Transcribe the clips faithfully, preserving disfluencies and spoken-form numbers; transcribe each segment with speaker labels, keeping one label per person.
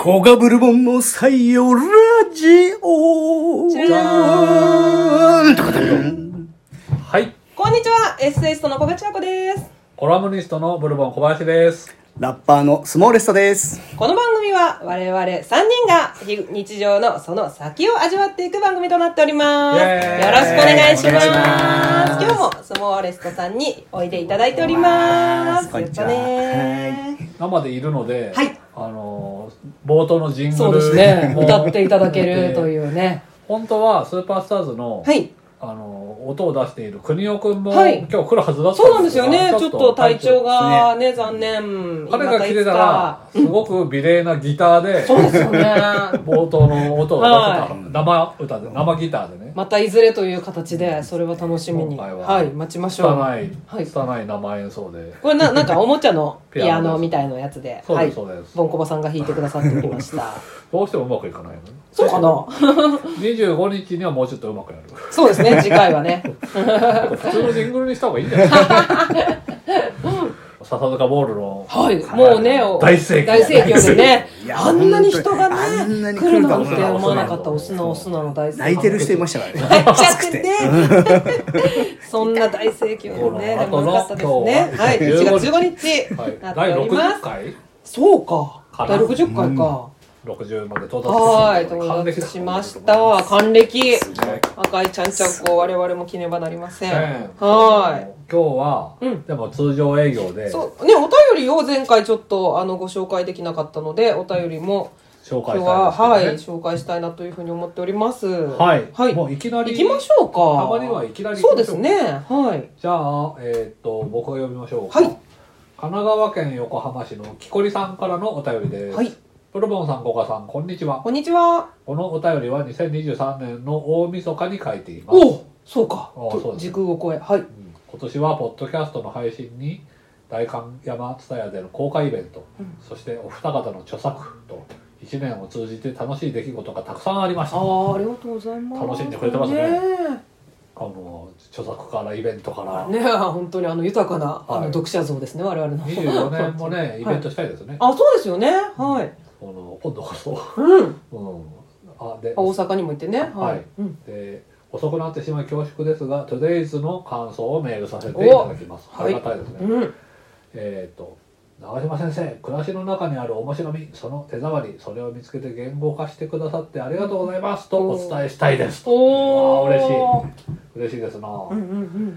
Speaker 1: コガブルボンの採用ラジオ
Speaker 2: じゃー
Speaker 1: ん。
Speaker 3: はい。
Speaker 2: こんにちは、エッセイストの小口あこです。
Speaker 3: コラムニストのブルボン小林です。
Speaker 1: ラッパーのスモーレストです。
Speaker 2: この番組は我々さんにんが日常のその先を味わっていく番組となっております。よろしくお願いします。今日もスモーレストさんにおいでいただいております。
Speaker 1: こんにちは。
Speaker 2: ね、
Speaker 3: 生でいるので、
Speaker 2: はい、
Speaker 3: あの冒頭のジングル
Speaker 2: そうですね、歌っていただけるというね。
Speaker 3: 本当はスーパースターズの、
Speaker 2: はい、
Speaker 3: あの音を出している国尾くんも、
Speaker 2: はい、
Speaker 3: 今日来るはずだったんです
Speaker 2: そうなんですよね。ちょっと体調がね、残念。
Speaker 3: 彼が来てたらすごく美麗なギターで、
Speaker 2: そうですよね。
Speaker 3: 冒頭の音を出せた、はい、生歌で生ギターでね。
Speaker 2: またいずれという形でそれは楽しみに、はい、待ちましょう。
Speaker 3: 拙い、はい、拙い生演奏で。
Speaker 2: これななんかおもちゃのピアノみたいなやつで、
Speaker 3: そうですそうです。
Speaker 2: ボンコバさんが弾いてくださっておりました。
Speaker 3: どうしてもうまくいかないの？
Speaker 2: そうかな。
Speaker 3: にじゅうごにちにはもうちょっとうまくやる。
Speaker 2: そうですね、次回はね。
Speaker 3: 普通のジングルにした方がいいんじゃないですか。笹塚ボールの、
Speaker 2: はい、もうね、
Speaker 3: 大盛況
Speaker 2: 大盛況でね、あんなに人がね来るなんて
Speaker 1: 来る
Speaker 2: 思わなかった。オスのオスなの大盛況。
Speaker 1: 泣いてる人いましたからね。
Speaker 2: 泣いちゃってね。そんな大盛況でね、でもよかったですね。はい、しちがつじゅうごにちなっております。そうか、だいろくじゅっかいか。
Speaker 3: ろくじゅうまで到達
Speaker 2: はい、到達しました。還暦。赤いちゃんちゃんこ、我々も記念はなりません。はい。
Speaker 3: 今日は、うん、でも通常営業で。
Speaker 2: そうね、お便りを前回ちょっとあのご紹介できなかったので、お便りも
Speaker 3: 紹介したいです、ね、
Speaker 2: 今日は、はい、紹介したいなというふうに思っております。
Speaker 3: はい。はい。もういきなり。
Speaker 2: 行きましょうか。
Speaker 3: たまにはいきなり行きましょうか。
Speaker 2: そうですね。はい。
Speaker 3: じゃあ、えっと、僕が読みましょうか。
Speaker 2: はい。
Speaker 3: 神奈川県横浜市の木こりさんからのお便りです。はい。ブルボンさん、ゴガさん、こんにちは。
Speaker 2: こんにちは。
Speaker 3: このお便りはにせんにじゅうさんねんの大晦日に書いています。
Speaker 2: お、そうか。
Speaker 3: そう
Speaker 2: 時空を超え、はい、うん。
Speaker 3: 今年はポッドキャストの配信に代官山蔦屋での公開イベント、うん、そしてお二方の著作といちねんを通じて楽しい出来事がたくさんありました。
Speaker 2: ああ、ありがとうございます。
Speaker 3: 楽しんでくれてますね。ね、あの著作からイベントから
Speaker 2: ね、本当にあの豊かな、はい、あの読者像ですね、我々の。
Speaker 3: にじゅうよねんもねイベントしたいですね。
Speaker 2: はい、あ、そうですよね。はい。
Speaker 3: あの今度こそ、
Speaker 2: うん、うん、
Speaker 3: あで
Speaker 2: 大阪にも行ってね。はい。
Speaker 3: はい、うん、で遅くなってしまい恐縮ですが、トゥデイズの感想をメールさせていただきます。ありがたいですね。うん、えっと長島先生、暮らしの中にある面白み、その手触り、それを見つけて言語化してくださってありがとうございますとお伝えしたいです。おお、嬉しい。嬉しいですな、うんうんうん、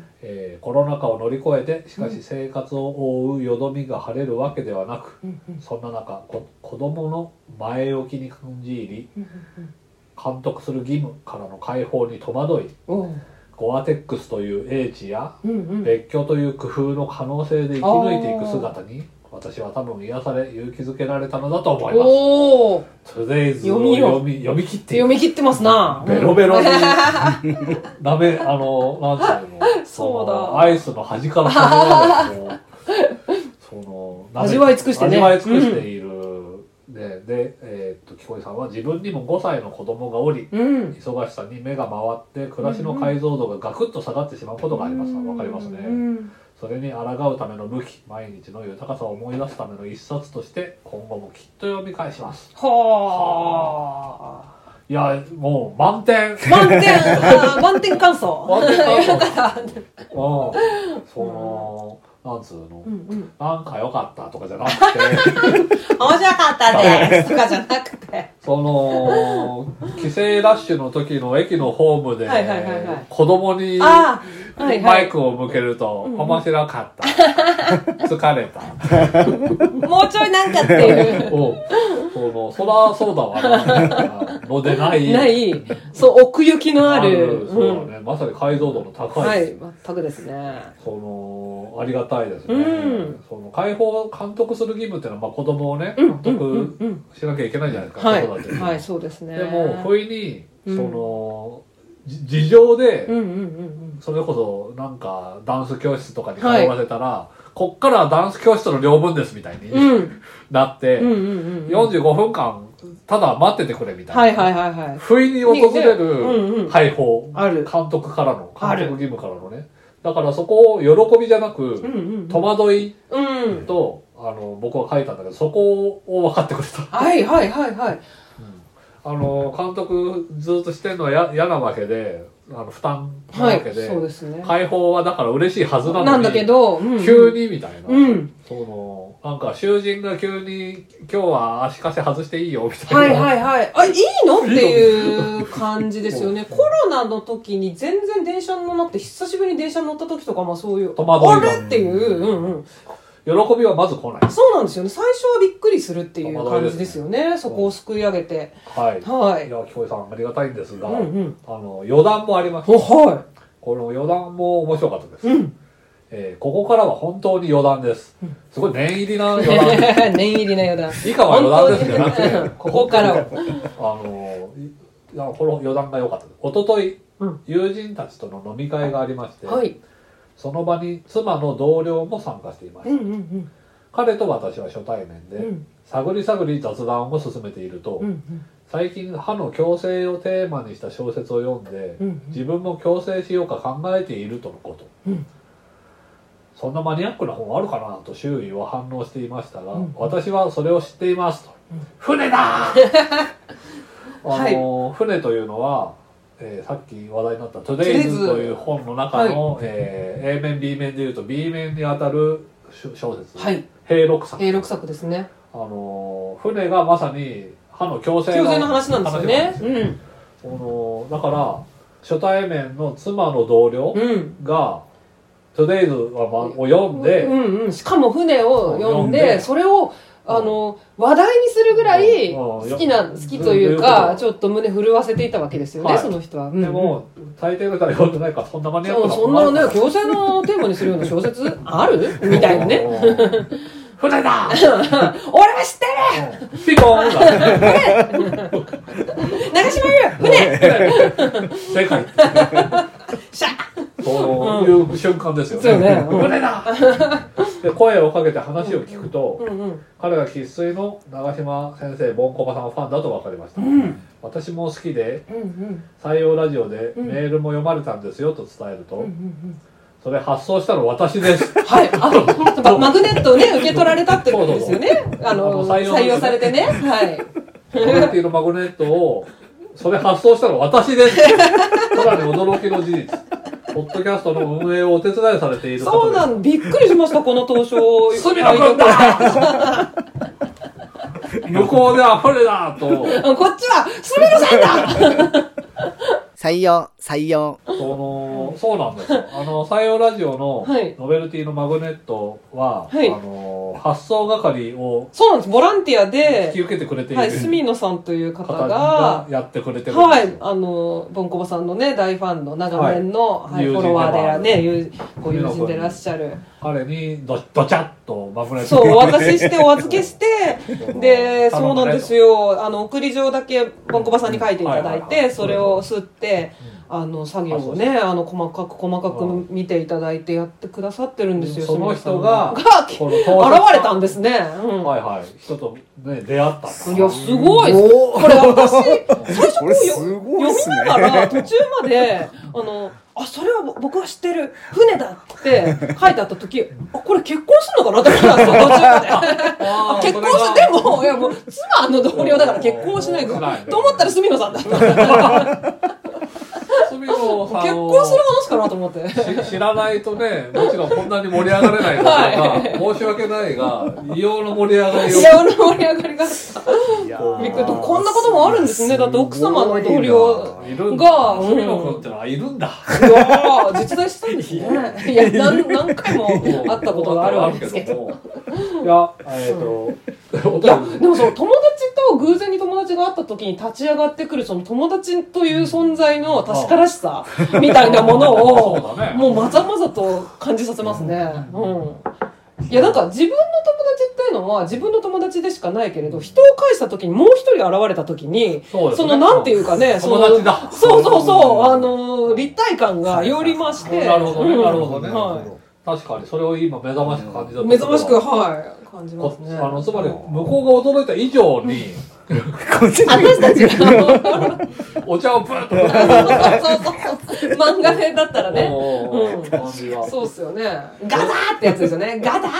Speaker 3: えー、コロナ禍を乗り越えてしかし生活を覆うよどみが晴れるわけではなく、うんうん、そんな中こ子どもの前置きに感じ入り、うんうん、監督する義務からの解放に戸惑い、ゴアテックスという英知や、うんうん、別居という工夫の可能性で生き抜いていく姿に私は多分癒され勇気づけられたのだと思います。おー、トゥデイズを読み読み切って
Speaker 2: 読み切ってますな。
Speaker 3: ベロベロにダメ、あのなんていうの、
Speaker 2: そうだ、
Speaker 3: アイスの端から端までその
Speaker 2: 味わい尽くしてね、
Speaker 3: 味わい尽くしている、うん、でで、えー、っと木こりさんは自分にもごさいの子供がおり、うん、忙しさに目が回って暮らしの解像度がガクッと下がってしまうことがあります。わかりますね。うん、それに抗うための武器、毎日の豊かさを思い出すための一冊として今後もきっと読み返します。はあ。いや、もう満点
Speaker 2: 満点満点感想
Speaker 3: 満点感想ああ、その、なんつうの、うんうん、なんか良かったとかじゃなくて
Speaker 2: 面白かったですとかじゃなくて、
Speaker 3: その帰省ラッシュの時の駅のホームで子供にマイクを向けると面白かった、疲れた
Speaker 2: もうちょいなんかっていう
Speaker 3: おそのそらそうだわなのでない
Speaker 2: ないそう奥行きのある、
Speaker 3: そうだね、うん、まさに解像度の高い、
Speaker 2: はい、全くですね。
Speaker 3: そのありがたいですね、うん、その解放監督する義務っていうのは、まあ、子供をね監督しなきゃいけないじゃないですか、
Speaker 2: はい、子育て、はい、そうですね。
Speaker 3: でも不意にその、うん、事情で、うんうんうんうん、それこそなんかダンス教室とかに通わせたら、はい、こっからダンス教室の両分ですみたいに、うん、なって、うんうんうんうん、よんじゅうごふんかんただ待っててくれみたいな、はいはいはいはい、不意に訪れる解放、うんうん、監督からの監督義務からのね、だからそこを喜びじゃなく、うんうん、戸惑いと、 あの僕は書いたんだけど、そこを分かってくれた。
Speaker 2: はいはいはいはい。
Speaker 3: あの監督ずっとしてるのはや嫌なわけで、あの負担なわけで、
Speaker 2: はい、そうですね。
Speaker 3: 解放はだから嬉しいはずなのに、
Speaker 2: なんだけど、うんうん、
Speaker 3: 急にみたいな、
Speaker 2: うん、
Speaker 3: そのなんか囚人が急に今日は足かせ外していいよみたいな、
Speaker 2: はいはいはい、あ、いいのっていう感じですよね。コロナの時に全然電車に乗って、久しぶりに電車に乗った時とかもそういう
Speaker 3: 戸惑いが
Speaker 2: あれっていう、うんうん、
Speaker 3: 喜びはまず来ない。
Speaker 2: そうなんですよね。最初はびっくりするっていう感じですよね。そこをすくい上げて。
Speaker 3: はい。
Speaker 2: はい。
Speaker 3: いや、きこえさんありがたいんですが、
Speaker 2: うんうん、
Speaker 3: あの、余談もあります。
Speaker 2: はい。
Speaker 3: この余談も面白かったです。
Speaker 2: うん。
Speaker 3: えー、ここからは本当に余談です。うん、すごい念入りな余談。
Speaker 2: 念入りな余談。
Speaker 3: 以下は余談ですじゃなくて、
Speaker 2: ここからは。
Speaker 3: あの、いや、この余談が良かったです。おととい、うん、友人たちとの飲み会がありまして、はい、その場に妻の同僚も参加していました。うんうんうん、彼と私は初対面で、うん、探り探り雑談を進めていると、うんうん、最近歯の矯正をテーマにした小説を読んで、うんうん、自分も矯正しようか考えているとのこと、うん、そんなマニアックな本あるかなと周囲は反応していましたが、うん、私はそれを知っていますと、うん、船だあの、はい、船というのは、えー、さっき話題になった「トゥデイズ」という本の中の、はい、えー、A 面 B 面でいうと B 面にあたる小説、はい、平六作
Speaker 2: 平六作ですね。
Speaker 3: あの船がまさに歯の矯正
Speaker 2: の, 矯正の話なんですよね。
Speaker 3: よね、うん、のだから初対面の妻の同僚が「トゥデイズ」を読んで、
Speaker 2: うんうん、しかも船を読んでそれをあの話題にするぐらい好きな、好きというかちょっと胸震わせていたわけですよね、はい、その人は、うん、
Speaker 3: でも大抵の人は読んでないからそんなマニアックな
Speaker 2: そんなね矯正のテーマにするような小説あるみたいなね
Speaker 3: 船だ
Speaker 2: 俺は知ってる
Speaker 3: ピコーン
Speaker 2: だ長島優船
Speaker 3: 正解
Speaker 2: シャ
Speaker 3: そういう瞬間ですよね。
Speaker 2: そうね。
Speaker 3: 船だで声をかけて話を聞くと、うんうん、彼が生粋の長嶋先生ボンコバさんファンだと分かりました、うん、私も好きで、うんうん、採用ラジオでメールも読まれたんですよと伝えると、うんうんうん、それ発送したの私です
Speaker 2: はいあマグネットをね受け取られたってことですよね。あの採用、採用されてねはい
Speaker 3: マグネットのマグネットをそれ発送したの私ですさらに驚きの事実ポッドキャストの運営をお手伝いされている方です。
Speaker 2: そうなん、びっくりしました、この投書。
Speaker 3: すみのくんだ向こうでは船だと。こ
Speaker 2: っちは、すみのさんだ
Speaker 1: 採用、採用。
Speaker 3: その、そうなんですよ。あの、採用ラジオのノベルティのマグネットは、はい、あの、発送係を。
Speaker 2: そうなんです。ボランティアで、
Speaker 3: 引き受けてくれている。
Speaker 2: はい、住野さんという方が、
Speaker 3: やってくれてるんですよ。
Speaker 2: はい、あの、ボンコバさんのね、大ファンの長年の、はいはい、フォロワーでね、友ご友人でいらっしゃる。
Speaker 3: 彼にど、どちゃっとマグネット
Speaker 2: そう、お渡しして、お預けして、で、そうなんですよ。あの、送り状だけボンコバさんに書いていただいて、それを吸って、あの作業をね、あの細かく細かく見ていただいてやってくださってるんですよ。
Speaker 3: その人が
Speaker 2: 現れたんですね。うん、
Speaker 3: はいはい。人とね出会った。
Speaker 2: いやすごい。これ私最初こう読みながら途中まであのあそれは僕は知ってる船だって書いてあった時、あこれ結婚するのかなと思ったんですよ途中まで。あ結婚すでもいやもう妻の同僚だから結婚しないとと思ったら住野さんだった。結婚する話かなと思って
Speaker 3: 知らないとねもちろんこんなに盛り上がれないのが、はい、申し訳ないが異様の盛り上がりを
Speaker 2: 異様の盛り上がりがびっくりとこんなこともあるんですね。だって奥様の同僚が
Speaker 3: 住野君ってのはいるんだ。
Speaker 2: いや実在したんですね。いや 何, 何回も会ったことがあるわけですけど
Speaker 3: いやえっ、ー、と
Speaker 2: いやでもその友達と偶然に友達が会った時に立ち上がってくるその友達という存在の確からしさみたいなものをね、もうまざまざと感じさせますね。うん、いやなんか自分の友達っていうのは自分の友達でしかないけれど人を介した時にもう一人現れた時に そ,、ね、そのなんていうかねその
Speaker 3: 友達だ
Speaker 2: そうそうそうあの立体感がより増して
Speaker 3: なるほどねなるほどね、はい、確かにそれを今目覚ましく感じた、うん、
Speaker 2: 目覚ましくはい感じますね。
Speaker 3: あのつまり向こうが驚いた以上に
Speaker 2: 私たちが
Speaker 3: お茶をプッと
Speaker 2: そうそうそう漫画編だったらね、うん、
Speaker 3: 感じが
Speaker 2: そうっすよねガターってやつですよねガターって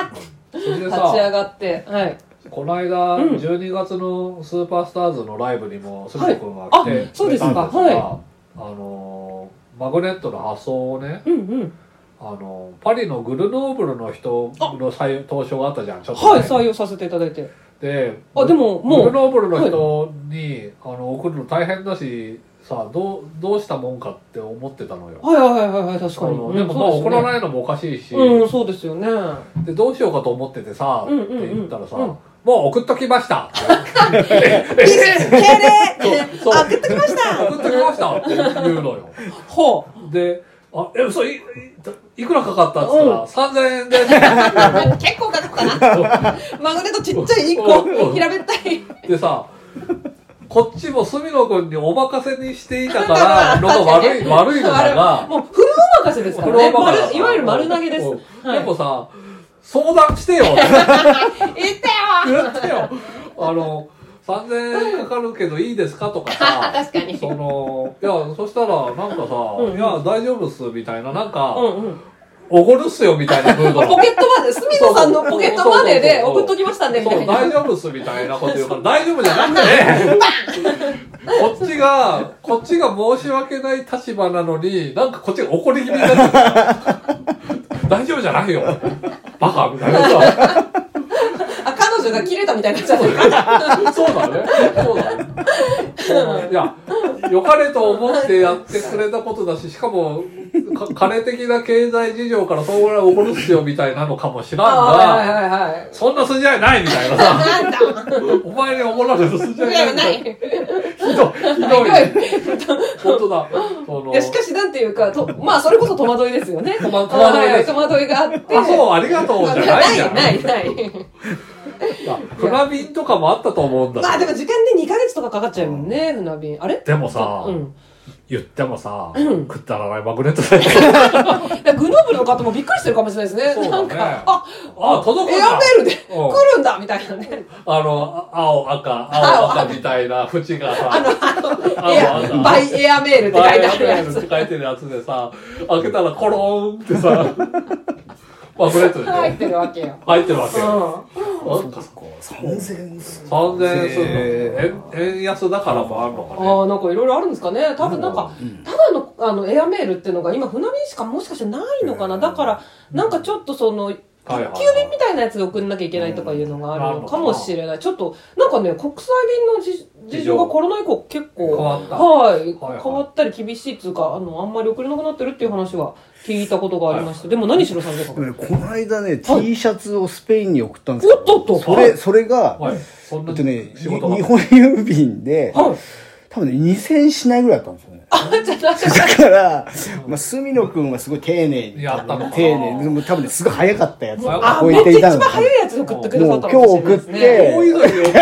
Speaker 3: それで
Speaker 2: 立ち
Speaker 3: さ、
Speaker 2: 上がって、はい。
Speaker 3: この間、
Speaker 2: うん
Speaker 3: じゅうにがつのスーパースターズのライブにもすみこくんが来て
Speaker 2: はいあ
Speaker 3: くれたんです
Speaker 2: そうですか
Speaker 3: が、
Speaker 2: はい
Speaker 3: あのーマグネットの発送をね、
Speaker 2: うんうん。
Speaker 3: あのパリのグルノーブルの人の採投書があったじゃん、ちょっと前
Speaker 2: はい、
Speaker 3: に
Speaker 2: 採用させていただいて。
Speaker 3: で、
Speaker 2: あでももう
Speaker 3: グルノーブルの人に、あの送るの大変だしさ、どうどうしたもんかって思ってたのよ。
Speaker 2: はいはいはいはい、確かに。
Speaker 3: あのでもまあ送らないのもおかしいし、
Speaker 2: うん、そうですよね。
Speaker 3: でどうしようかと思っててさ、
Speaker 2: うんうんうん
Speaker 3: って言ったらさ、
Speaker 2: うん
Speaker 3: もう送っときましたって
Speaker 2: 敬礼
Speaker 3: そう
Speaker 2: あ、送っときました
Speaker 3: 送っときましたって言うのよ。
Speaker 2: ほ
Speaker 3: で、あ、え、嘘、い、い、いくらかかったっつったら、さんぜんえんです。
Speaker 2: う。結構かかったな。マグネットちっちゃいいっこ、平べったい。
Speaker 3: でさ、こっちも隅野君にお任せにしていたからのが悪い、悪いのだが、
Speaker 2: もうフルお任せですからね。丸いわゆる丸投げです。
Speaker 3: でもさ、相談してよ。
Speaker 2: 言ってよ
Speaker 3: 言ってよ。あの、さんぜんえんかかるけどいいですかとかさ、
Speaker 2: 確かに。
Speaker 3: その、いや、そしたらなんかさ、
Speaker 2: うん
Speaker 3: いや、大丈夫っすみたいな、なんか、
Speaker 2: うんうん。
Speaker 3: おごるっすよみたいなムードなの
Speaker 2: ポケットマネー、隅野さんのポケットマネーで送っときましたんで、みた
Speaker 3: そう、
Speaker 2: いな。
Speaker 3: 大丈夫っすみたいなこと言うから、大丈夫じゃなくて、こっちが、こっちが申し訳ない立場なのに、なんかこっちが怒り気味になってる。大丈夫じゃないよ。バカみたいなさ。
Speaker 2: あ、彼女が切れたみたいになっちゃって
Speaker 3: そうだね。そうだね。いや、良かれと思ってやってくれたことだし、しかも、か金的な経済事情からそうぐらい怒るっすよみたいなのかもしらん
Speaker 2: はい
Speaker 3: が、
Speaker 2: はいはい。
Speaker 3: そんな筋合いないみたいなさ、
Speaker 2: なんだ
Speaker 3: お前に怒られる筋合い
Speaker 2: いや、
Speaker 3: な
Speaker 2: ないい。
Speaker 3: みたいな。ひどい、ひどい。本当だ。その
Speaker 2: いや、しかしなんていうか、とまあ、それこそ戸惑いですよね。
Speaker 3: 戸惑戸惑いです
Speaker 2: はい戸惑いがあって。
Speaker 3: あ、そう、ありがとうじゃないじゃん。
Speaker 2: ない、ない、ない。
Speaker 3: いや船便とかもあったと思うんだ
Speaker 2: まあ、で
Speaker 3: けど。
Speaker 2: も時間でにかげつとかかかっちゃうもんね、船便。あれ
Speaker 3: でもさ
Speaker 2: う、ん。
Speaker 3: 言ってもさ、
Speaker 2: うん
Speaker 3: 食ったらないマグネットだよ。
Speaker 2: だからグノーブルの方もびっくりしてるかもしれないですね。
Speaker 3: そうだね
Speaker 2: なんか、あ、
Speaker 3: あ、届くんだ。
Speaker 2: エアメールで来
Speaker 3: うん
Speaker 2: るんだみたいなね。
Speaker 3: あの、青、赤、青、赤みたいな縁がさ、
Speaker 2: あの、あの、
Speaker 3: あ
Speaker 2: エア、
Speaker 3: あ
Speaker 2: バイエアメールって書いてあるやつ。
Speaker 3: って書いてるやつでさ、開けたらコローンってさ、マグネットでしょ
Speaker 2: 入ってるわけよ。
Speaker 3: 入ってるわけよ。
Speaker 2: うん。
Speaker 1: さんぜん
Speaker 3: さんぜんえんするの。円円安だからもあるのかね。
Speaker 2: ああ、なんかいろいろあるんですかね。多分なんか、ただの、あの、エアメールっていうのが今、船便しかもしかしてないのかな。だから、なんかちょっとその、宅急便みたいなやつで送んなきゃいけないとかいうのがあるのかもしれない。ちょっと、なんかね、国際便のじ事情がコロナ以降結構、
Speaker 3: 変わった
Speaker 2: はい、
Speaker 3: はいはい
Speaker 2: 変わったり厳しいっていうか、あの、あんまり送れなくなってるっていう話は聞いたことがありました。でも何しろさんぜんかかる。
Speaker 1: この間ね、T シャツをスペインに送ったんですけど、
Speaker 2: おっとっと
Speaker 1: それ、それが、
Speaker 3: はい。そんな
Speaker 1: えっとね、
Speaker 3: 仕事が
Speaker 1: 日本郵便で、
Speaker 2: はい。
Speaker 1: 多分ね、にせんえんしないぐらいだったんですよね。
Speaker 2: あ、じゃあ、
Speaker 1: だから、まあ、隅野くんはすごい丁寧に。
Speaker 3: やったのかな
Speaker 1: 丁寧に。でも多分ね、すごい早かったやつを
Speaker 2: あ、
Speaker 1: 置
Speaker 2: めっちゃ一
Speaker 1: いていたので。
Speaker 2: 番早いやつ送ってくださった
Speaker 1: もう今日送って
Speaker 3: 大泉洋送って、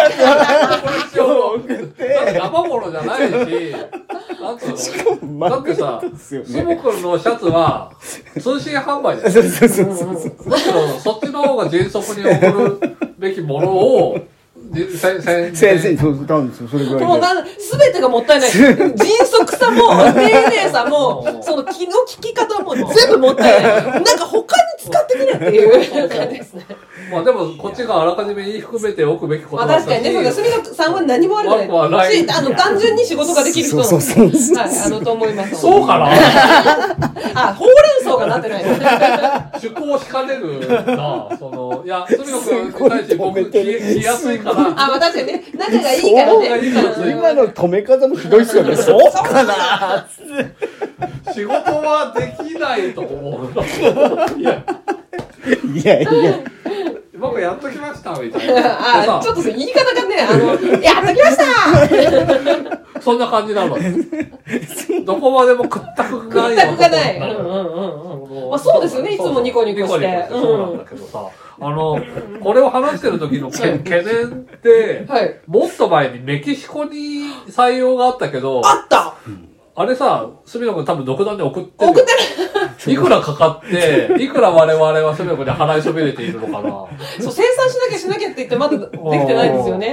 Speaker 1: て
Speaker 3: だって生物じゃないし、なんつうのだってさ、
Speaker 1: ですよ
Speaker 3: スモ
Speaker 1: ね。
Speaker 3: くんのシャツは通信販売で
Speaker 1: そうそうそうそう。
Speaker 3: むしろそっちの方が迅速に送るべきものを、じせせ
Speaker 1: 先生にそうたんですよ、それぐらいで。
Speaker 2: もうなん、すべてがもったいない。迅速さも、丁寧さも、その気の利き方も全部もったいない。なんか他に使ってくれっていう感じですね。
Speaker 3: まあでもこっちがあらかじめ言い含めておくべきこと
Speaker 2: まあ
Speaker 3: だったし、
Speaker 2: 確かにね、そうだ、住野さんは何も悪く
Speaker 3: 悪くはな
Speaker 2: ないい。し、あの、単純に仕事ができる人
Speaker 1: そうそうそうそう
Speaker 2: はい、あの、と思います。
Speaker 3: そうかな
Speaker 2: あ、ほうれん草がなってない。
Speaker 3: 趣向しかねるなその、いや、すみのくんに対して僕、消え消えやすいから、
Speaker 2: あ、まあ確かにね、仲がいいから
Speaker 3: 仲がいいから
Speaker 2: ね。
Speaker 1: 今の止め方もひどいっすよね。そうかな
Speaker 3: 仕事はできないと思う。いや、
Speaker 1: いやいや。
Speaker 3: 僕やっときました、みたいな。
Speaker 2: あ、ちょっと言い方がね、あの、やっときました
Speaker 3: そんな感じなの。どこまでもくったくない
Speaker 2: 食ったくがない。うん
Speaker 3: 男
Speaker 2: うんうん
Speaker 3: の
Speaker 2: うん。まあそうですよね、いつもニコニコして。
Speaker 3: ニコニコしてそうなんだけどさ、あの、これを話してる時のけ懸念って、
Speaker 2: はい。
Speaker 3: もっと前にメキシコに採用があったけど、
Speaker 2: あった
Speaker 3: あれさ、すみのくん多分独断で送ってる。
Speaker 2: 送って
Speaker 3: いくらかかって、いくら我々はすみのくんに払いそびれているのかな。
Speaker 2: そう、生産しなきゃしなきゃって言ってまだできてないんですよね。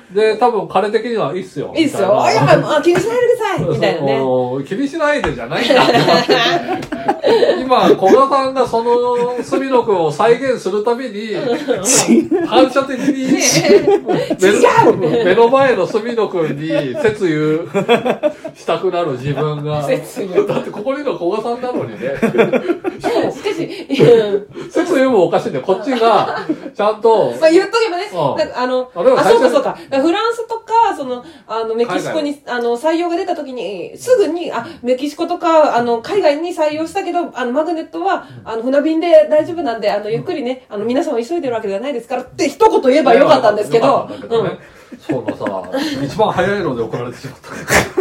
Speaker 3: で、多分彼的にはいいっすよ。
Speaker 2: いいっすよ。あ、やばい、あ、気にしないでくださいみたいなね。
Speaker 3: 気にしないでじゃないんだって今、古賀さんがその隅野くんを再現するたびに、反射的に目、目の前の隅野くんに節言したくなる自分が。節言。だってここにいるの古賀さんなのにね。しかも、しかし、節言もおかしいんだよ。こっちが、ちゃんと。
Speaker 2: まあ言っとけばね、うん、あの、あ、そうかそうか。フランスとか、その、あの、メキシコに、あの、採用が出た時に、すぐに、あ、メキシコとか、あの、海外に採用したけど、あの、マグネットは、あの、船便で大丈夫なんで、あの、ゆっくりね、あの、皆さんは急いでるわけではないですからって一言言えばよかったんですけど、うん。
Speaker 3: そうのさ、一番早いので送られてしまった。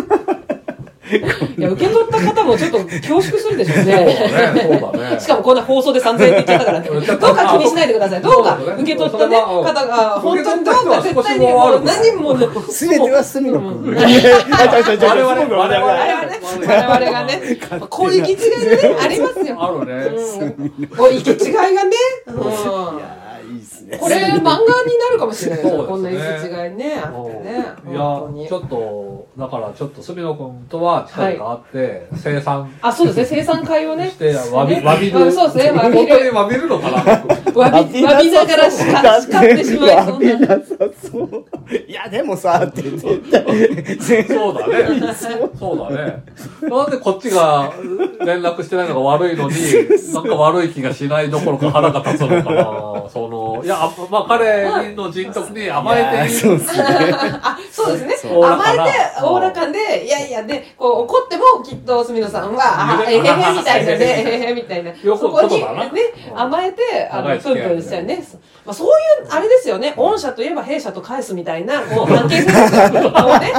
Speaker 2: いや、受け取った方もちょっと恐縮するでしょうね。
Speaker 3: そうだね。
Speaker 2: しかもこんな放送でさんぜんえんって言っちゃったからね。どうか気にしないでください。どうか受け取ったね、方が、本当にどうか絶対にもう何もね。
Speaker 1: すべては隅野君。
Speaker 3: 我々、我々、
Speaker 2: 我々がね、こういう行き違いがね、ありますよ。
Speaker 3: あるね。
Speaker 2: こういう行き違いがね。
Speaker 1: いいですね。
Speaker 2: これ漫画になるかもしれないですよ。こんな行き違いね、あってね。
Speaker 3: いや、ちょっと、だからちょっと隅野くんとは力があって、生産。
Speaker 2: あ、そうですね、生産会をね。
Speaker 3: して、わび、わびる。
Speaker 2: そうですね、
Speaker 3: 本当にわびるのかな
Speaker 2: わび、わびながら叱ってしまいそうな。
Speaker 1: なさそう。いや、でもさ、って絶対。
Speaker 3: そうだね。そうだね。なんでこっちが連絡してないのが悪いのに、なんか悪い気がしないどころか腹が立つのかな。その、いや、まあ彼の人徳に甘えている。
Speaker 1: そうですね。
Speaker 2: あ、そうですね。甘えて、おおらかで、いやいや、で、こう怒ってもきっと隅野さんは、あ、えへへみたいなね、えへへみたいな。そこにね、甘えて、あの、プンプンしちゃうね。まあそういう、あれですよね。御社といえば弊社と返すみたいな、こう、関係性ですよ。もうね。だ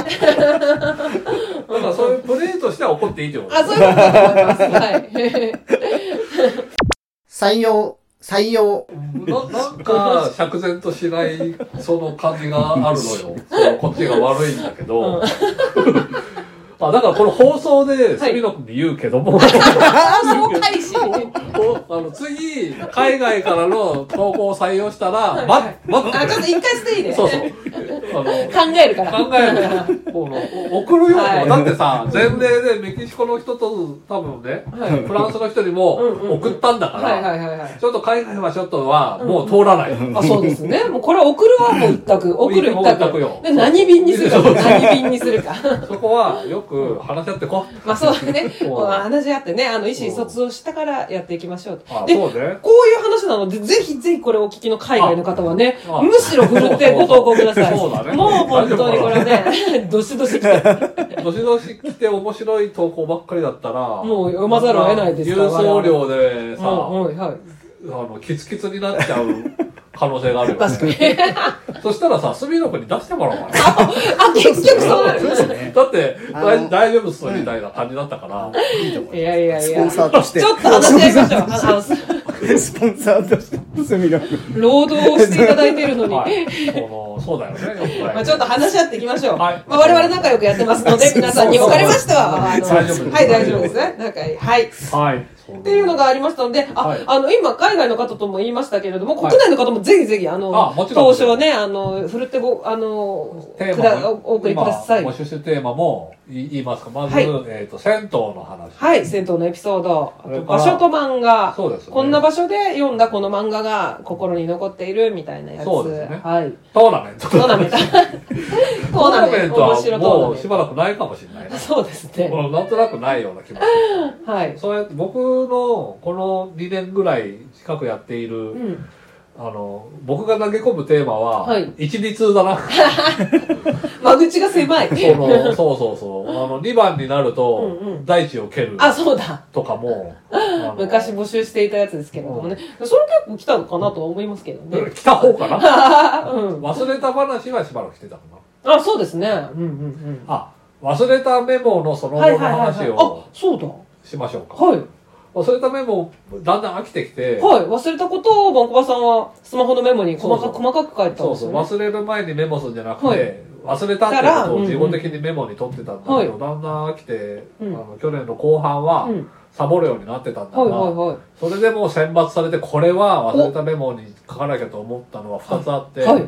Speaker 3: からそういうプレーとしては怒っていいってこと
Speaker 2: あ、そういうことだと思います。はい。
Speaker 1: 採用。採用。
Speaker 3: な、なんか、釈然としない、その感じがあるのよ。そのこっちが悪いんだけど。うんあ、だからこの放送で、隅野くんに言うけども。
Speaker 2: 放送開始
Speaker 3: あの、次、海外からの投稿を採用したら、ま、待って。
Speaker 2: あ、ちょっと一回していいね。
Speaker 3: そうそう。
Speaker 2: あの考えるから。
Speaker 3: 考えるから。この送るよ、はい。だってさ、前例でメキシコの人と多分ね、はい、フランスの人にも送ったんだから、ちょっと海外はちょっとはもう通らない。
Speaker 2: うんうん、あ、そうですね。もうこれは送るはもう一択。送る一択。よ。で、何便にするか。何便にするか。
Speaker 3: そこはよく話し合ってこう。
Speaker 2: まあそうだね。話し合ってね、あの、意思疎通をしたからやっていきましょう。
Speaker 3: で、
Speaker 2: こういう話なので、ぜひぜひこれをお聞きの海外の方はね、むしろ振るってご投稿ください。そうだね。もう本当にこれね、どしどし来て。
Speaker 3: どしどし来て面白い投稿ばっかりだったら、
Speaker 2: もう読まざるを得ないですから。
Speaker 3: 郵送料でさ、はいはい、あの、キツキツになっちゃう可能性があるよね。確かに。そしたらさ、隅野くんに出してもらおうかな。
Speaker 2: あ、結局そうなるんです
Speaker 3: ね。だって、大丈夫っすみたいな感じだったから。
Speaker 2: いやいやいや。
Speaker 1: スポンサーとして。
Speaker 2: ちょっと話し合いましょう。
Speaker 1: スポンサーとして、隅野くん。
Speaker 2: 労働をしていただいているのに。
Speaker 3: そうだよね。
Speaker 2: まあちょっと話し合っていきましょう。まあ我々仲良くやってますので、皆さんに分かりましたわ。はい、大丈夫ですね。仲いい。はい。はい。っていうのがありましたので、あ、あの、今、海外の方とも言いましたけれども、国内の方もぜひぜひ、あの、当初はね、あの、ふるってご、あの、お送りください。
Speaker 3: 募集してるテーマも言いますか。まず、えっと、銭湯の話。
Speaker 2: はい、銭湯のエピソード。あと、場所と漫画。そうですね。こんな場所で読んだこの漫画が心に残っているみたいなやつ。そうですね。はい。
Speaker 3: トーナメント。
Speaker 2: トーナメント。
Speaker 3: トーナメントはもうしばらくないかもしれない。
Speaker 2: そうですね。
Speaker 3: なんとなくないような気もする。はい。そうやって僕のこのにねんぐらい近くやっている、うん、あの僕が投げ込むテーマは、はい、一二通だな。
Speaker 2: 間口が狭い。
Speaker 3: そのそうそうそう。あのにばんになると、うんうん、大地を蹴る。
Speaker 2: あ、そうだ。
Speaker 3: とかも
Speaker 2: 昔募集していたやつですけれどもね。うん、それ結構来たのかなとは思いますけどね。
Speaker 3: 来た方かな。うん、忘れた話はしばらくしてたか
Speaker 2: な。あ、そうですね。うんうんうん。
Speaker 3: あ、忘れたメモのその後の話を、
Speaker 2: あ、そうだ。
Speaker 3: しましょうか。
Speaker 2: はい。
Speaker 3: 忘れたメモだんだん飽きてきて、
Speaker 2: はい、忘れたことをバンコバさんはスマホのメモに細かく細かく書いてたんですよね。
Speaker 3: そうそう、忘れる前にメモするんじゃなくて、はい、忘れたってことを自分的にメモに取ってたんだけど、うんうん、だんだん飽きて、うん、あの去年の後半は、うん、サボるようになってたんだが、はいはいはい、それでもう選抜されてこれは忘れたメモに書かなきゃと思ったのはふたつあって、はいはい、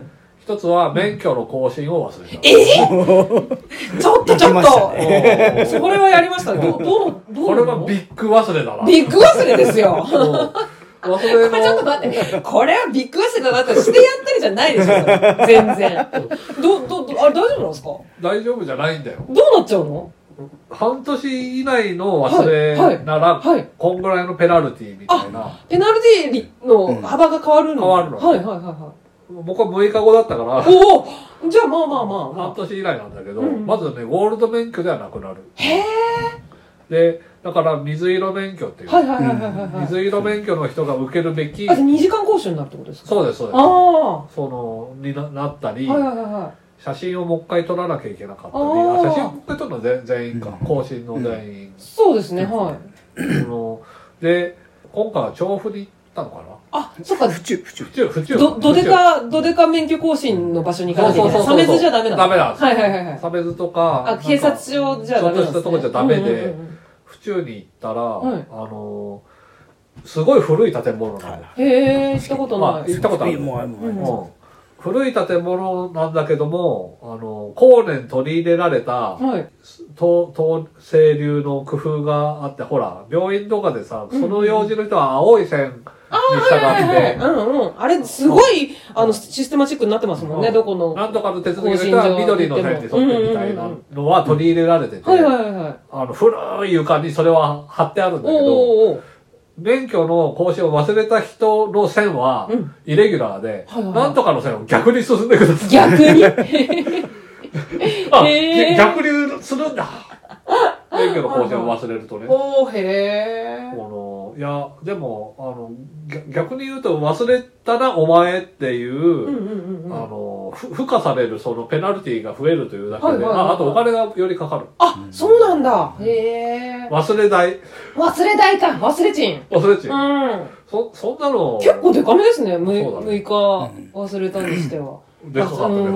Speaker 3: 一つは免許の更新を忘れた。
Speaker 2: えちょっとちょっとそれはやりましたね。ど、どう、どう
Speaker 3: これはビッグ忘れだな。
Speaker 2: ビッグ忘れですよ。
Speaker 3: 忘れの
Speaker 2: これちょっと待って。これはビッグ忘れだなってしてやったりじゃないでしょ。全然。ど、ど、ど、あれ大丈夫なんですか？
Speaker 3: 大丈夫じゃないんだよ。
Speaker 2: どうなっちゃうの？
Speaker 3: 半年以内の忘れなら、
Speaker 2: はいはいはい、
Speaker 3: こんぐらいのペナルティみたいな。
Speaker 2: ペナルティの幅が変わるの？
Speaker 3: 変わるの。
Speaker 2: はいはいはいはい。
Speaker 3: 僕はむいかごだったから。
Speaker 2: おおじゃあまあまあまあ、まあ。
Speaker 3: 半年以内なんだけど、
Speaker 2: うん、
Speaker 3: まずね、ゴールド免許ではなくなる。
Speaker 2: へえ。
Speaker 3: で、だから水色免許っていう。
Speaker 2: はいはいはいはいはい。
Speaker 3: 水色免許の人が受けるべき。
Speaker 2: あ、にじかん講習になるってことですか？
Speaker 3: そうですそうです。
Speaker 2: ああ。
Speaker 3: その、にななったり。
Speaker 2: はいはいはいはい。写
Speaker 3: 真をもう一回撮らなきゃいけなかったり、あ写真をもう一回撮るのは全員か、うん、更新の全員、うん、
Speaker 2: そうですね、はい。
Speaker 3: ので今回は調布に行ったのかな。
Speaker 2: あ、そっか、
Speaker 1: 府中府中
Speaker 3: 府中府中
Speaker 2: どどでかどでか免許更新の場所に行かなきゃいけない。鮫洲じゃダメなんです。
Speaker 3: ダメなんです。
Speaker 2: はいはいはいはい。
Speaker 3: 鮫洲とか、
Speaker 2: あ、警察署じゃダメなんです、ね。ちょっとした
Speaker 3: とこじゃダメで、うんうんうん、府中に行ったら、はい、あのすごい古い建物なの。
Speaker 2: へえ、行ったことない。
Speaker 3: あ、行ったことある。もうあるもう。古い建物なんだけども、あの、後年取り入れられた、はい、東、東西流の工夫があって、ほら、病院とかでさ、その用事の人は青い線に従って、
Speaker 2: うんうん。あれ、すごい、あの、システマチックになってますもんね、どこの。
Speaker 3: なんとかの手続きの人は緑の線に沿ってみたいなのは取り入れられてて、
Speaker 2: はいはいはい。
Speaker 3: あの、古い床にそれは貼ってあるんだけど、免許の更新を忘れた人の線は、イレギュラーで、うんはいはいはい、なんとかの線を逆に進んでください。
Speaker 2: 逆に
Speaker 3: あ、逆にするんだ。免許の更新を忘れるとね。
Speaker 2: おー、へー。
Speaker 3: この、いや、でも、あの、逆に言うと忘れたな、お前っていう、うんうんうんうん、あの、付加されるそのペナルティが増えるというだけで、はいはいはいはい、あ, あとお金がよりかかる。
Speaker 2: あ、そうなんだ。へー。
Speaker 3: 忘れ代。
Speaker 2: 忘れ代か。忘れ賃。
Speaker 3: 忘れ賃。
Speaker 2: うん。
Speaker 3: そ、そんなの。
Speaker 2: 結構デカめですね。む、ね、むいか忘れたにしては。
Speaker 3: でかかった、でかかった。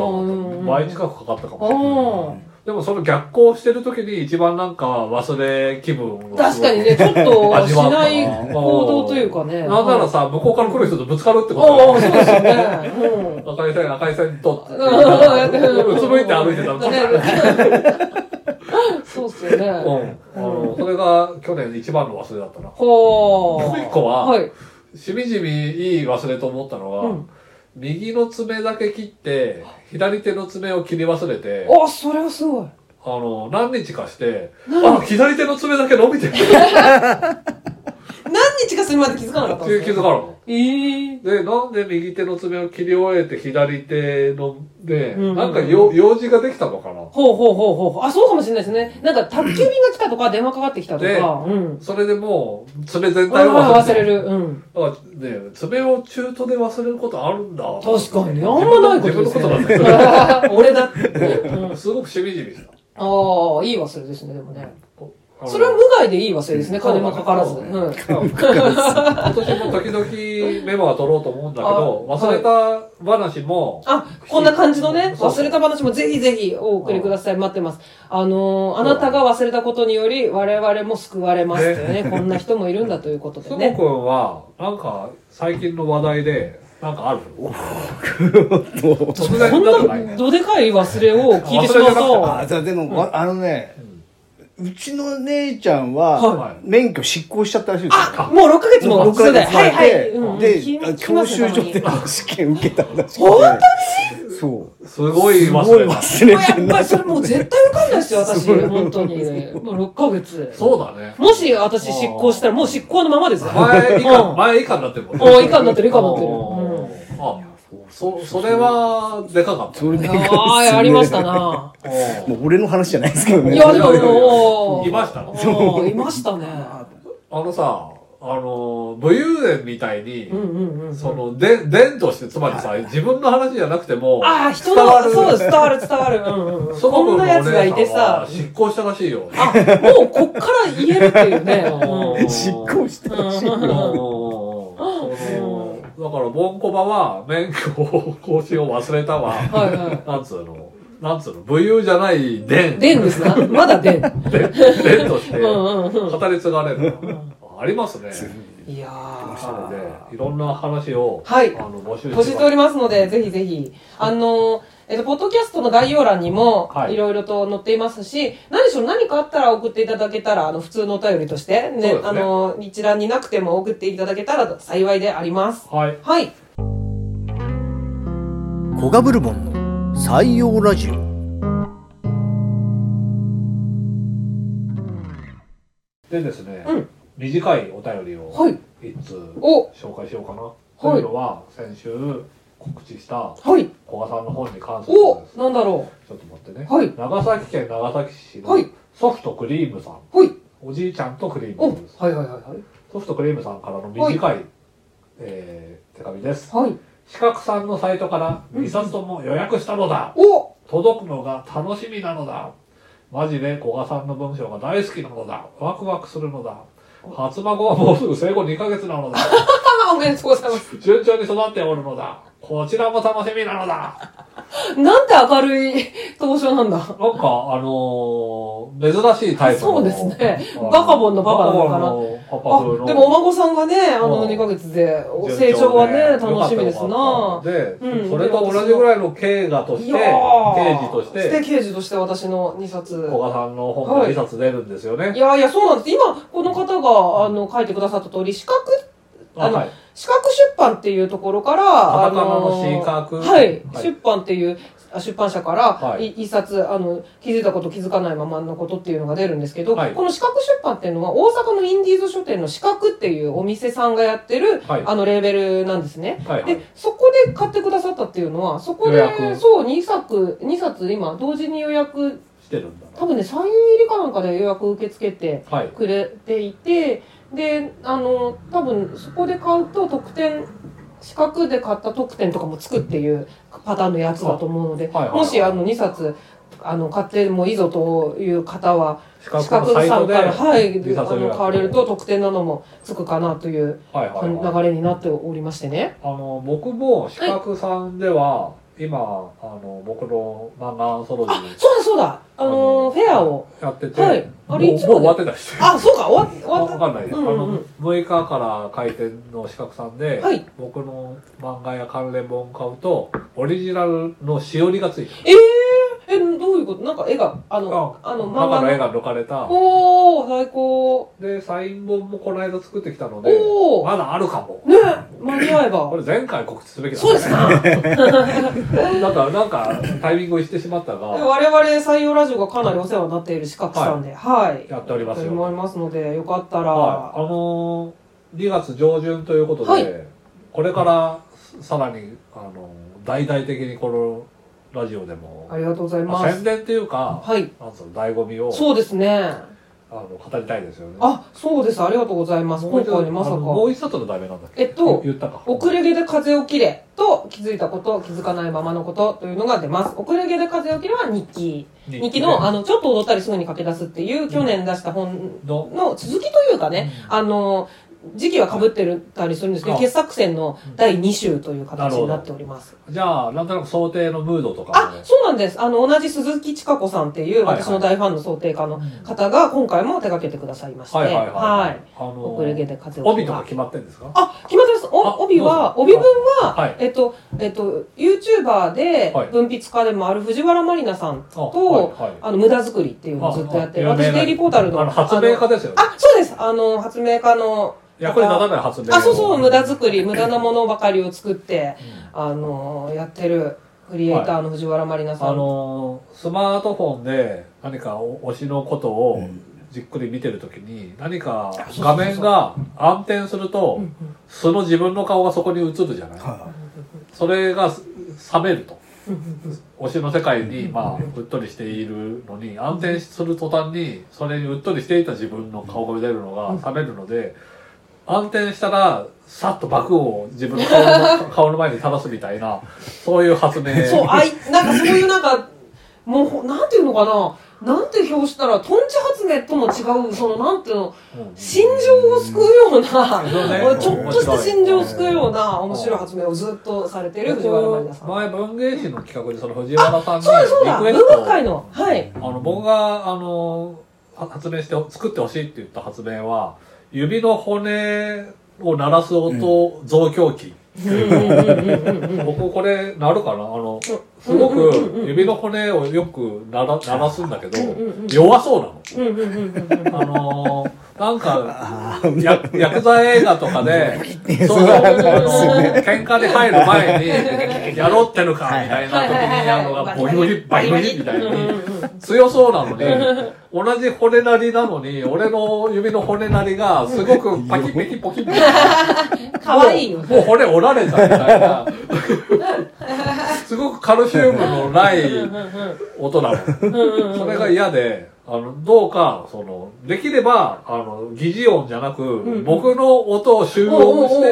Speaker 3: 倍近くかかったかもしれない。でもその逆行してる時に一番なんか忘れ気分を
Speaker 2: 確かにね、ちょっとしない行動というかね。
Speaker 3: なんならさ、向こうから来る人とぶつかるってことだ
Speaker 2: よね。そうですよね。
Speaker 3: うん、赤い線、赤い線取って。うつむいて歩いてたら。
Speaker 2: そうっすよね。
Speaker 3: うん。あの、それが去年一番の忘れだったな。
Speaker 2: ほー。
Speaker 3: もう一個は、しみじみいい忘れと思ったのが、右の爪だけ切って、左手の爪を切り忘れて。
Speaker 2: あ、それはすごい。
Speaker 3: あの、何日かして、あ、左手の爪だけ伸びてる。
Speaker 2: 何日かするまで気づかなかったんですか？
Speaker 3: 気づかなかった。
Speaker 2: えー、
Speaker 3: で、なんで右手の爪を切り終えて左手の、で、うんうんうん、なんか用事ができたのかな？
Speaker 2: ほうほうほうほう。あ、そうかもしれないですね。なんか宅急便が来たとか電話かかってきたとか。
Speaker 3: うん、それでもう、爪全体を忘れ
Speaker 2: 忘れる。うん。
Speaker 3: だからね、爪を中途で忘れることあるんだ。
Speaker 2: 確かに。あんまないことですね。自分のことなんだよ。俺だって、
Speaker 3: うん。すごくしみじみした。
Speaker 2: ああ、いい忘れですね、でもね。それは無害でいい忘れですね、金もかからず。うん。今
Speaker 3: 年も時々メモは取ろうと思うんだけど、忘れた話も。
Speaker 2: あ、こんな感じのね、忘れた話もぜひぜひお送りください。待ってます。あの、あなたが忘れたことにより我々も救われますってね、こんな人もいるんだということでね。
Speaker 3: すごくんは、なんか最近の話題で、なんかある
Speaker 2: 突然こんなどでかい忘れを聞いてしまうと。
Speaker 1: あ、でも、あのね、うちの姉ちゃんは、免許失効しちゃったらしいですよ。
Speaker 2: あ、もうろっかげつも。
Speaker 1: ろっかげつ
Speaker 2: はいはい。
Speaker 1: で、教習所で試験受けたらしい。
Speaker 2: 本当に？
Speaker 1: そう。
Speaker 3: すごい忘れ
Speaker 1: 忘れてる。
Speaker 2: やっぱりそれもう絶対受かんないですよ、私。本当に。もうろっかげつ。
Speaker 3: そうだね。
Speaker 2: もし私失効したら、もう失効のままですよ。
Speaker 3: 前以下、前以下になってるもんね。
Speaker 2: あ、以下になってる、以下になってる。
Speaker 3: あ、そ、それは、でかかった。
Speaker 1: それでかかった。
Speaker 2: ああ、やりましたな。
Speaker 1: もう俺の話じゃないですけどね。
Speaker 2: いや、でも、
Speaker 3: いました。
Speaker 2: いましたね。
Speaker 3: あのさ、あの、武勇伝みたいに、その、で、伝として、つまりさ、自分の話じゃなくても、
Speaker 2: ああ、人の、そう、伝わる、伝わる。うんうん。こんなやつがいてさ、
Speaker 3: 執行したらしいよ。
Speaker 2: あ、もうこっから言えるっていうね。
Speaker 1: 執行したらしいよ。
Speaker 3: だから、ボンコバは、免許更新を忘れたわ。はいはい。なんつうの、なんつうの、武勇じゃない伝。
Speaker 2: 伝ですな。まだ伝。
Speaker 3: 伝として、語り継がれる。あありますね。
Speaker 2: いやー。
Speaker 3: なので、いろんな話を、
Speaker 2: はい、
Speaker 3: あの募集
Speaker 2: 募集しておりますので、ぜひぜひ。あの、えっと、ポッドキャストの概要欄にも、いろいろと載っていますし、はい、何でしょう、何かあったら送っていただけたら、あの、普通のお便りとして、ね、ねあの、一覧になくても送っていただけたら幸いであります。
Speaker 3: はい。
Speaker 2: はい。
Speaker 1: コガブルボンの採用ラジオ。
Speaker 3: でですね、
Speaker 2: うん、
Speaker 3: 短いお便りを一通紹介しようかな。というのは、先週告知した古賀さんの本に関することです。
Speaker 2: お、なんだろ
Speaker 3: う。ちょっと待ってね。
Speaker 2: はい、
Speaker 3: 長崎県長崎市のソフトクリームさん。
Speaker 2: はい、
Speaker 3: おじいちゃんとクリームです。
Speaker 2: はいはいはいはい。
Speaker 3: ソフトクリームさんからの短い、はい、えー、手紙です。
Speaker 2: はい。
Speaker 3: 四角さんのサイトからにさつとも予約したのだ。
Speaker 2: お、
Speaker 3: 届くのが楽しみなのだ。マジで古賀さんの文章が大好きなのだ。ワクワクするのだ。初孫はもうすぐ生後にかげつなのだ。
Speaker 2: おめでとうございます。
Speaker 3: 順調に育っておるのだ。こちらも楽しみなのだ。
Speaker 2: なんて明るい投書なんだ。なんか、
Speaker 3: あのー、珍しいタイプの。
Speaker 2: そうですね。バカボンのパパなのかな。パパ風の。でもお孫さんがね、あのにかげつで、成長はね、楽しみですな。
Speaker 3: で、うん、それと同じぐらいの経画として、刑事として。
Speaker 2: して刑事として私のにさつ。
Speaker 3: 古賀さんの本がにさつ出るんですよね。
Speaker 2: はい、いやいや、そうなんです。今、この方が、あの、書いてくださった通り、四角あの、はい、四角出版っていうところから、
Speaker 3: あのー、四角、
Speaker 2: はい、はい、出版っていう出版社から、はい、一冊、あの、気づいたこと気づかないままのことっていうのが出るんですけど、はい、この四角出版っていうのは、大阪のインディーズ書店の四角っていうお店さんがやってる、はい、あの、レーベルなんですね。はいはい、で、そこで買ってくださったっていうのは、そこで、そう、にさく、にさつ今、同時に予約、
Speaker 3: してるんだな。
Speaker 2: 多分ね、サイン入りかなんかで予約受け付けてくれていて、はいで、あの、多分そこで買うと特典、四角で買った特典とかもつくっていうパターンのやつだと思うので、はいはいはい、もしあのにさつあの買ってもいいぞという方は、四角さんから、はい、あの買われると特典なのもつくかなという流れになっておりましてね。
Speaker 3: あの、僕も四角さんでは、はい今、あの、僕の漫画アンソロジー。
Speaker 2: あ、そうだそうだ。あのー、フェアを。
Speaker 3: やってて。
Speaker 2: はい。
Speaker 3: あれいつもう終わってたりして。
Speaker 2: あ、そうか、終わ、終わった。
Speaker 3: わかんない。うんうん、あの、むいかから開店の四角さんで、はい、僕の漫画や関連本買うと、オリジナルのしおりがついてる。
Speaker 2: えー、え、どういうことなんか絵が、あの、あ, あの、
Speaker 3: 漫画の絵が抜かれた。
Speaker 2: おー、最高。
Speaker 3: で、サイン本もこの間作ってきたので、おまだあるかも。
Speaker 2: ね間に合えば。
Speaker 3: これ前回告知すべきだ
Speaker 2: ったね。そうですか。
Speaker 3: なんか、なんか、タイミングをしてしまったが。
Speaker 2: 我々採用ラジオがかなりお世話になっている四角さんで、はい。はい、
Speaker 3: やっておりますよ。
Speaker 2: 思いますので、よかったら。
Speaker 3: はい、あのー、にがつ上旬ということで、はい、これからさらに、あのー、大々的にこのラジオでも、
Speaker 2: ありがとうございます。
Speaker 3: まあ、宣伝っていうか、
Speaker 2: はい。
Speaker 3: なんつうの、醍醐味を。
Speaker 2: そうですね。
Speaker 3: あの、語りたいですよね。
Speaker 2: あ、そうです。ありがとうございます。今回にまさか。
Speaker 3: もう一冊の題名なんだっけ
Speaker 2: えっと、
Speaker 3: 言ったか。
Speaker 2: 遅れ毛で風を切れと気づいたこと、気づかないままのことというのが出ます。遅れ毛で風を切れは日記。日記, 日記の、あの、ちょっと踊ったりすぐに駆け出すっていう、去年出した本の続きというかね、うん、あの、時期は被ってるたりするんですけど、傑作選のだいに週という形になっております。
Speaker 3: じゃあ、なんとなく想定のムードとか、
Speaker 2: ね、あ、そうなんです。あの、同じ鈴木千佳子さんっていう、私の大ファンの想定家の方が、今回も手掛けてくださいまして、はいはいはい。はい。あのー、遅れ毛で風を
Speaker 3: 帯とか決まってるんですか？
Speaker 2: あ、決まってます。お帯は、帯文は、はい、えっと、えっと、YouTuber で、文筆家でもある藤原まりなさんと、はいはい、あの、無駄作りっていうのをずっとやってる。私、デイリーポータルの。
Speaker 3: あの、発明家ですよね。
Speaker 2: あ、そうです。あの、発明家の、
Speaker 3: 役に立たない発明。
Speaker 2: あ、そうそう、無駄作り、無駄なものばかりを作って、うん、あの、やってるクリエイターの藤原まりなさん。
Speaker 3: はい、あの、スマートフォンで何か推しのことをじっくり見てるときに、何か画面が暗転すると、その自分の顔がそこに映るじゃない。それが冷めると。推しの世界に、まあ、うっとりしているのに、暗転する途端に、それにうっとりしていた自分の顔が見れるのが冷めるので、暗転したら、さっと爆を自分の顔の顔の前に正すみたいな、そういう発明。
Speaker 2: そう、あい、なんかそういうなんか、もう、なんていうのかな、なんて表したら、トンチ発明とも違う、その、なんていうの、うん、心情を救うような、うん、ちょっとした心情を救うような面白い発明をずっとされている藤原まりなさん。
Speaker 3: 前、文芸誌の企画でその藤原さんに、
Speaker 2: そうだそうだ、文学界の、はい。
Speaker 3: あの、僕が、あの、発明して、作ってほしいって言った発明は、 指の骨を鳴らす音増強器。僕これ鳴るかなあの、すごく指の骨をよく鳴ら、鳴らすんだけど、弱そうなの。あのー、なんか、や、ヤクザ映画とかで、そう、あの、喧嘩で入る前に、やろうってのか、みたいな時にやるのが、ボリボリ、バリバリみたいに、強そうなのに、同じ骨鳴りなのに、俺の指の骨鳴りが、すごくパキパキポキみたいな。
Speaker 2: かわいいよ。
Speaker 3: もう骨折られたみたいな。すごくカルシウムのない音なの。それが嫌で、あの、どうか、その、できれば、あの、疑似音じゃなく、うん、僕の音を集音して、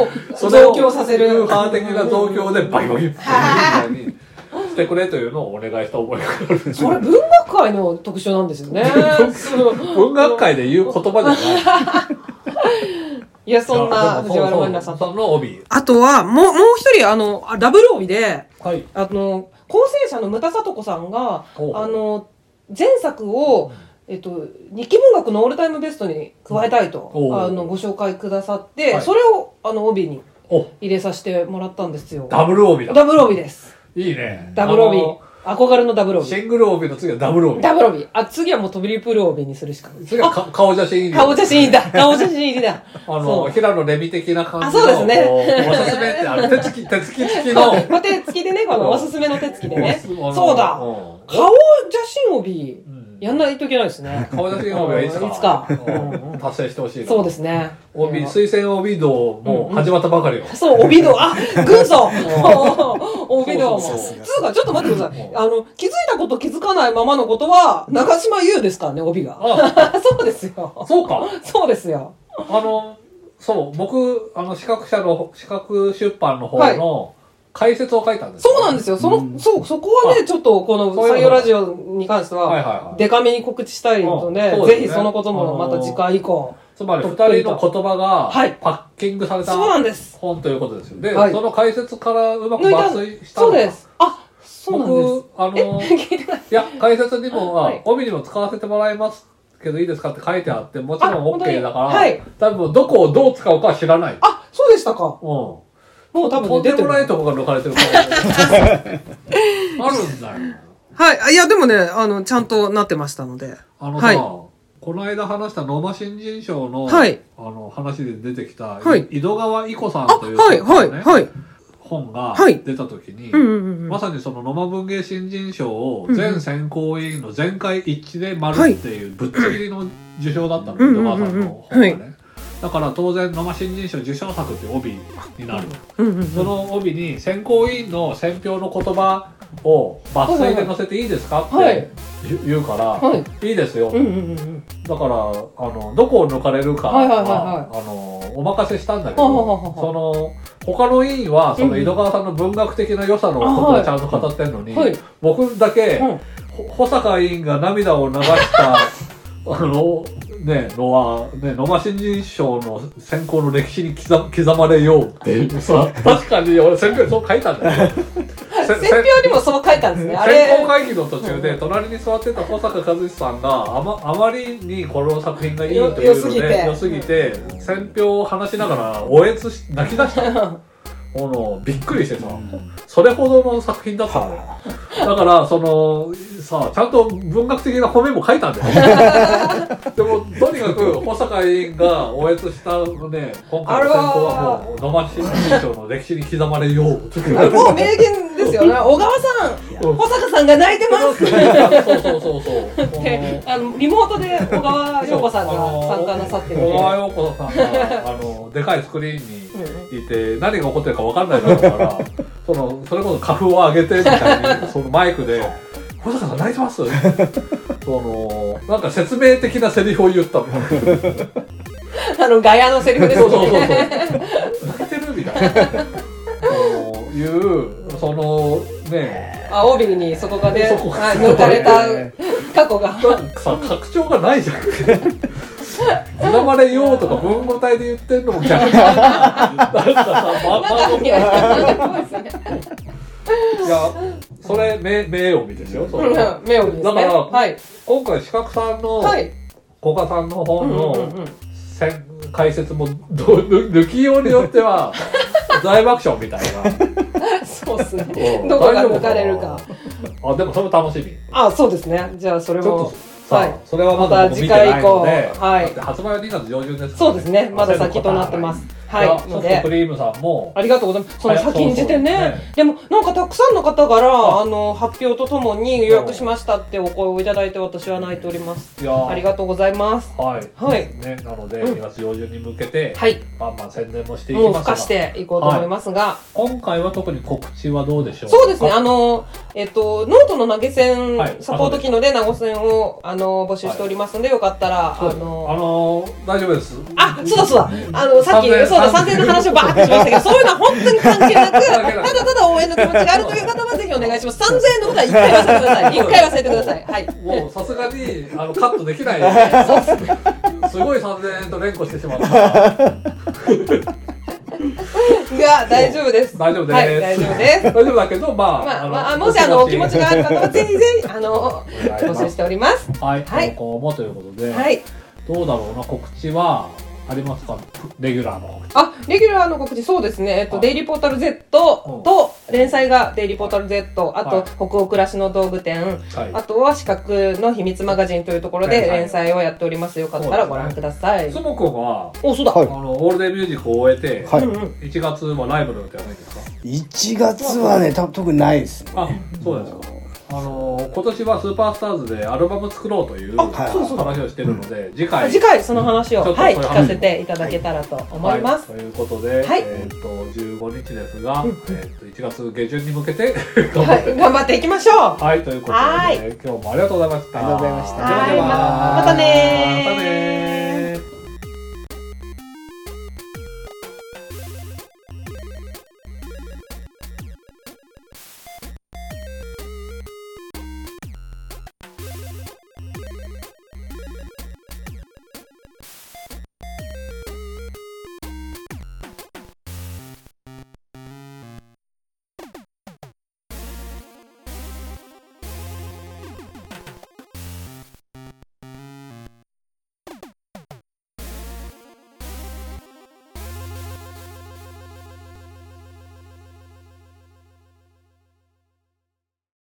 Speaker 2: それを増強させる。
Speaker 3: フーハー的な増強でバリバリバリみたいにしてくれというのをお願いした覚えがあるんです。
Speaker 2: それ文学界の特徴なんですよね。
Speaker 3: 文学界で言う言葉じゃない。
Speaker 2: いや、そんな藤原まりなさん
Speaker 3: の帯。
Speaker 2: あとは、もう、もう一人、あの、ダブル帯で、
Speaker 3: はい、
Speaker 2: あの、構成者の牟田聡子さんが、あの、前作を、えっと、日記文学のオールタイムベストに加えたいと、あの、ご紹介くださって、はい、それを、あの、帯に入れさせてもらったんですよ。
Speaker 3: ダブル帯だ。
Speaker 2: ダブル帯です。
Speaker 3: いいね。
Speaker 2: ダブル帯。憧れのダブル帯。
Speaker 3: シングル帯の次はダブル帯。
Speaker 2: ダブル帯。あ、次はもうトリプル帯にするしかない。
Speaker 3: 次は顔写真入り。
Speaker 2: 顔写真入りだ。顔写真入りだ。
Speaker 3: あの、平野レミ的な感じの。
Speaker 2: あ、そうですね。
Speaker 3: おすすめってある。手つき、手つき付きの。
Speaker 2: 手つきでね、このおすすめの手つきでね。そうだ。顔写真帯。やんないといけないですね。
Speaker 3: 顔写真帯はいつか。
Speaker 2: いつか。
Speaker 3: 達成してほしい。
Speaker 2: そうですね。
Speaker 3: 帯、推薦帯道も始まったばかりよ。
Speaker 2: そう、帯道。あ、軍曹帯道も。つうか、ちょっと待ってください。あの、気づいたこと気づかないままのことは、長島優ですからね、帯が。そうですよ。
Speaker 3: そうか。
Speaker 2: そうですよ。
Speaker 3: あの、そう、僕、あの、視覚者の、視覚出版の方の、解説を書いたんです、
Speaker 2: ね、そうなんですよ。その、そう、そこはね、ちょっとこの採用ラジオに関しては、デカめに告知したいので、ぜひそのこともまた次回以降。
Speaker 3: つまり二人の言葉がパッキングされた本ということですよ。で、その解説からうまく抜粋したのが。そうです。あ、そうなんです。僕、あの、いや、解説にも、帯にも使わせてもらいますけどいいですかって書いてあって、もちろん OK だから、多分どこをどう使うかは知らない。
Speaker 2: あ、そうでしたか。
Speaker 3: うん。もう多分とんでもないとこが抜かれてるからあるんだよ。
Speaker 2: はい。いや、でもね、あの、ちゃんとなってましたので。
Speaker 3: あのさ、はい、この間話した野間新人賞の、はい、あの、話で出てきた、はい、井戸川伊子さんという、ね、はい、はい、はい。本が出た時に、まさにその野間文芸新人賞を全選考委員の全会一致で丸っていうぶっちぎりの受賞だったの、井戸川さんの本がね。だから当然野間新人賞受賞作っていう帯になる、うんうんうん、その帯に選考委員の選評の言葉を抜粋で載せていいですかって言うから、はい、いいですよ、うんうんうん、だからあのどこを抜かれるかは、はいはいはいはい、あのお任せしたんだけど、はいはいはい、その他の委員はその井戸川さんの文学的な良さのことをちゃんと語ってるのに、はい、僕だけ、うん、保坂委員が涙を流したあのね、のは、ね、野間新人賞の選考の歴史に刻、刻まれようってさ、確かに俺選評にそう書いたんだよ。
Speaker 2: 選評にもそう書いたんですね。
Speaker 3: 選考会議の途中で隣に座ってた保坂和志さんがあま、あまりにこの作品がいいというので、良すぎて、選評を話しながらおえつし、泣き出したの。ものびっくりしてさ、それほどの作品だったのよ。だからそのさ、ちゃんと文学的な褒めも書いたんだよ。でもとにかく保坂委員がおえつしたね、今回の選考はもう野間新人賞の歴史に刻まれよう。
Speaker 2: もう名言ですよね。小川さん、保坂さんが泣いてます。
Speaker 3: そうそうそうそう。
Speaker 2: あのリモートで小川陽子さんが参加なさってる。
Speaker 3: 小川陽子さんがあのでかいスクリーンにいて何が起こってるか分かんないだろうからそのそれこそ花粉を上げてみたいにそのマイクで「保坂さん泣いてます?」そのなんか説明的なセリフを言ったの
Speaker 2: あのガヤのセリフですね。そうそうそうそう
Speaker 3: 泣いてるみたいなそういうそのね
Speaker 2: あ帯にそこがね抜かれた過去が
Speaker 3: さ拡張がないじゃん刻まれようとか文語体で言ってんのも逆になんかさ、ま、まいや、それ名名帯ですよ。
Speaker 2: 名帯ですね。
Speaker 3: だから、
Speaker 2: はい、
Speaker 3: 今回四角さんの、はい、古賀さんの本の解説もど抜きようによっては大爆笑みたいな。
Speaker 2: そうっすね。どこが抜かれるか。
Speaker 3: あ、でもそれも楽しみ。
Speaker 2: あ、そうですね。じゃあそれも。
Speaker 3: はい、それはまだ僕見てないので、はい、発売はにがつ上旬ですからね。
Speaker 2: そうですね。まだ先となってます。はい。
Speaker 3: ソフトクリームさんも
Speaker 2: ありがとうございます。その先んじてね。でもなんかたくさんの方からあの発表とともに予約しましたってお声をいただいて私は泣いております。いやありがとうございます。
Speaker 3: はい。はい。ね、なのでにがつ上旬に向けて、はい、バンバン宣伝もしていきますが、もう
Speaker 2: 付加していこうと思いますが、
Speaker 3: 今回は特に告知はどうでしょうか。
Speaker 2: そうですね。あのえっとノートの投げ銭サポート機能で投げ銭をあの募集しておりますので、よかったらあの
Speaker 3: あの大丈夫です。
Speaker 2: あ、そうだそうだ。あのさっきそうださんぜんえんの話をバーってしましたけど、そういうのは本当に関係なく、ただただ応援の気持ちがあるという方はぜひお願いします。さんぜんえんのことは一回忘れてください。一回忘れてください。はい。
Speaker 3: もうさすがにあのカットできない。そうですね。すごいさんぜんえんと連呼してしまった。
Speaker 2: が大丈夫です。
Speaker 3: 大丈夫です。
Speaker 2: はい、大丈夫です。
Speaker 3: 大丈夫だけど、まあ、
Speaker 2: まあ、まあ、もしあのお気持ちがある方はぜひぜひあの募集しております。
Speaker 3: はい、はい、投稿もということで、はい、どうだろうな、告知はありますか？レギュラーの。
Speaker 2: あ、レギュラーの告知、そうですね。えっと、デイリーポータル Z と、連載がデイリーポータル Z、あと、北欧暮らしの道具店、あとは、資格の秘密マガジンというところで連載をやっております。よかったらご覧ください。
Speaker 3: スモコが、
Speaker 2: お、そうだ。
Speaker 3: あの、オールデイミュージックを終えて、いちがつはライブの予定はないですか？
Speaker 1: いちがつはね、た特にないですね。
Speaker 3: あ、そうですか。あの今年はスーパースターズでアルバム作ろうという話をしてるので、次回
Speaker 2: 次回その話をはい聞かせていただけたらと思います。
Speaker 3: ということで、えっとじゅうごにちですが、えっといちがつげじゅんに向けて
Speaker 2: 頑張っていきましょう。
Speaker 3: はい、ということで今日もありがとうございました。
Speaker 1: ありがとうございました。
Speaker 2: またね。またね。